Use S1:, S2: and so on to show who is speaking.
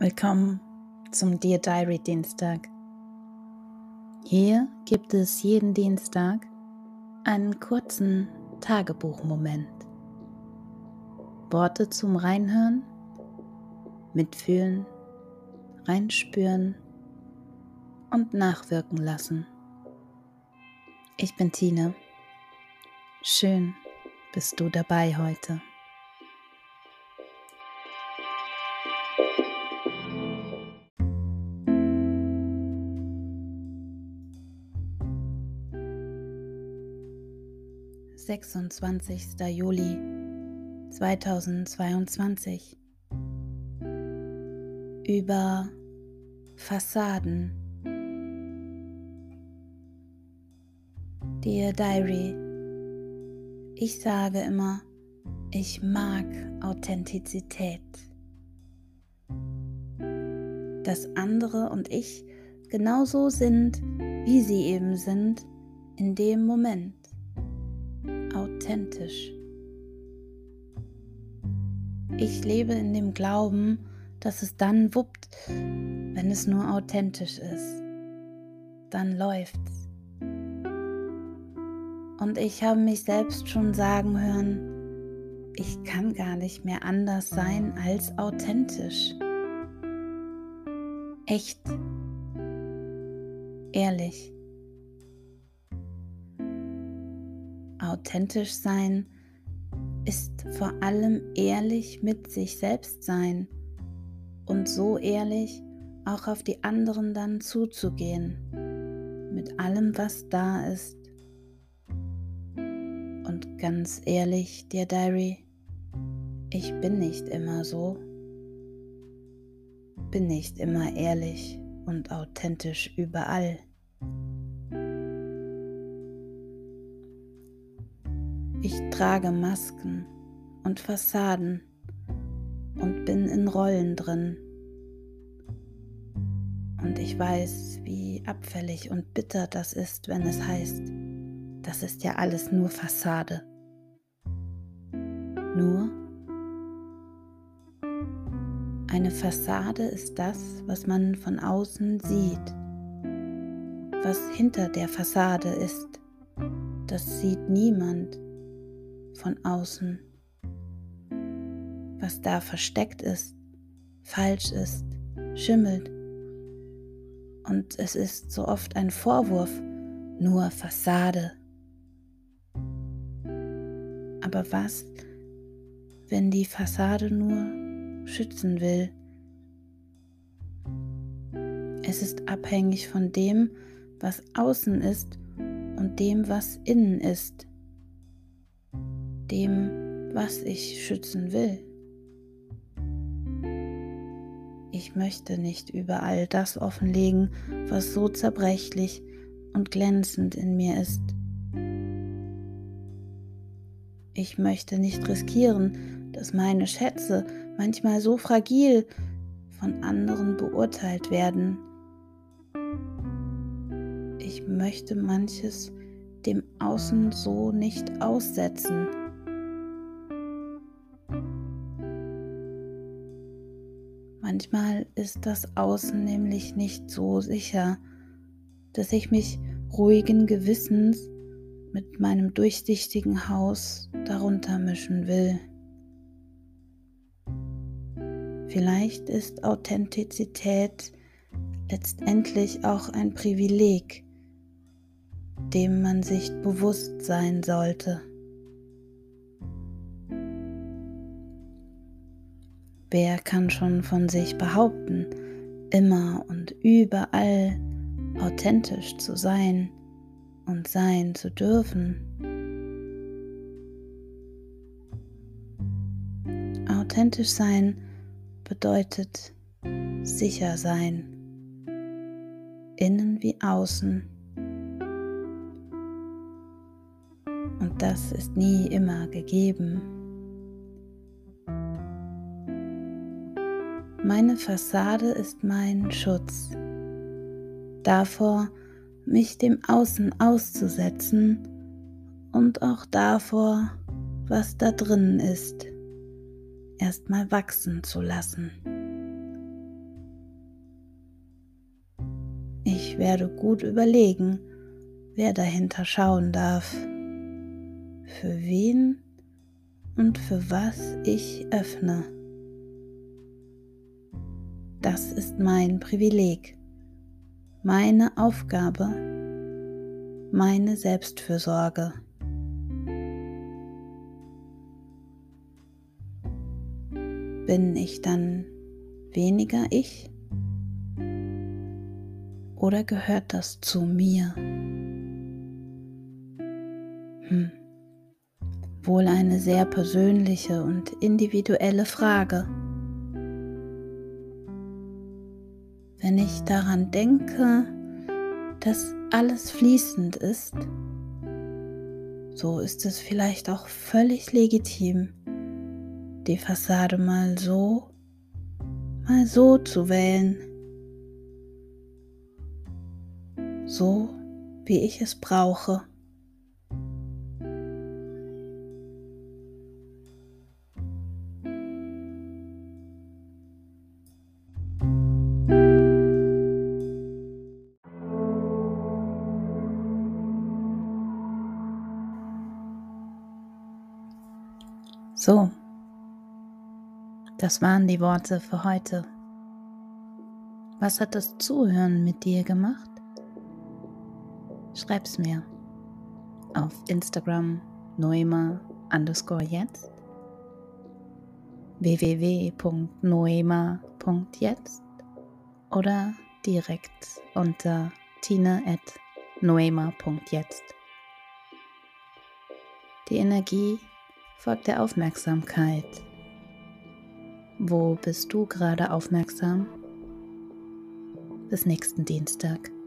S1: Willkommen zum Dear Diary Dienstag. Hier gibt es jeden Dienstag einen kurzen Tagebuchmoment. Worte zum Reinhören, Mitfühlen, Reinspüren und nachwirken lassen. Ich bin Tine. Schön bist du dabei heute. Juli 2022. Über Fassaden. Dear Diary, ich sage immer, ich mag Authentizität. Dass andere und ich genauso sind, wie sie eben sind, in dem Moment. Authentisch. Ich lebe in dem Glauben, dass es dann wuppt, wenn es nur authentisch ist. Dann läuft's. Und ich habe mich selbst schon sagen hören, ich kann gar nicht mehr anders sein als authentisch. Echt. Ehrlich. Authentisch sein ist vor allem ehrlich mit sich selbst sein und so ehrlich auch auf die anderen dann zuzugehen, mit allem, was da ist. Und ganz ehrlich, Dear Diary, ich bin nicht immer so, bin nicht immer ehrlich und authentisch überall. Ich trage Masken und Fassaden und bin in Rollen drin. Und ich weiß, wie abfällig und bitter das ist, wenn es heißt, das ist ja alles nur Fassade. Nur eine Fassade ist das, was man von außen sieht. Was hinter der Fassade ist, das sieht niemand von außen. Was da versteckt ist, falsch ist, schimmelt. Und es ist so oft ein Vorwurf, nur Fassade. Aber was, wenn die Fassade nur schützen will? Es ist abhängig von dem, was außen ist und dem, was innen ist. Dem, was ich schützen will. Ich möchte nicht überall das offenlegen, was so zerbrechlich und glänzend in mir ist. Ich möchte nicht riskieren, dass meine Schätze, manchmal so fragil, von anderen beurteilt werden. Ich möchte manches dem Außen so nicht aussetzen. Manchmal ist das Außen nämlich nicht so sicher, dass ich mich ruhigen Gewissens mit meinem durchsichtigen Haus darunter mischen will. Vielleicht ist Authentizität letztendlich auch ein Privileg, dem man sich bewusst sein sollte. Wer kann schon von sich behaupten, immer und überall authentisch zu sein und sein zu dürfen? Authentisch sein bedeutet sicher sein, innen wie außen. Und das ist nie immer gegeben. Meine Fassade ist mein Schutz davor, mich dem Außen auszusetzen und auch davor, was da drinnen ist, erstmal wachsen zu lassen. ich werde gut überlegen, wer dahinter schauen darf, für wen und für was ich öffne. Das ist mein Privileg, meine Aufgabe, meine Selbstfürsorge. Bin ich dann weniger ich oder gehört das zu mir? Wohl eine sehr persönliche und individuelle Frage. Wenn ich daran denke, dass alles fließend ist, so ist es vielleicht auch völlig legitim, die Fassade mal so zu wählen, so wie ich es brauche. So, das waren die Worte für heute. Was hat das Zuhören mit dir gemacht? Schreib's mir auf Instagram noema_jetzt, www.noema.jetzt oder direkt unter tine@noema.jetzt. Die Energie folgt der Aufmerksamkeit. Wo bist du gerade aufmerksam? Bis nächsten Dienstag.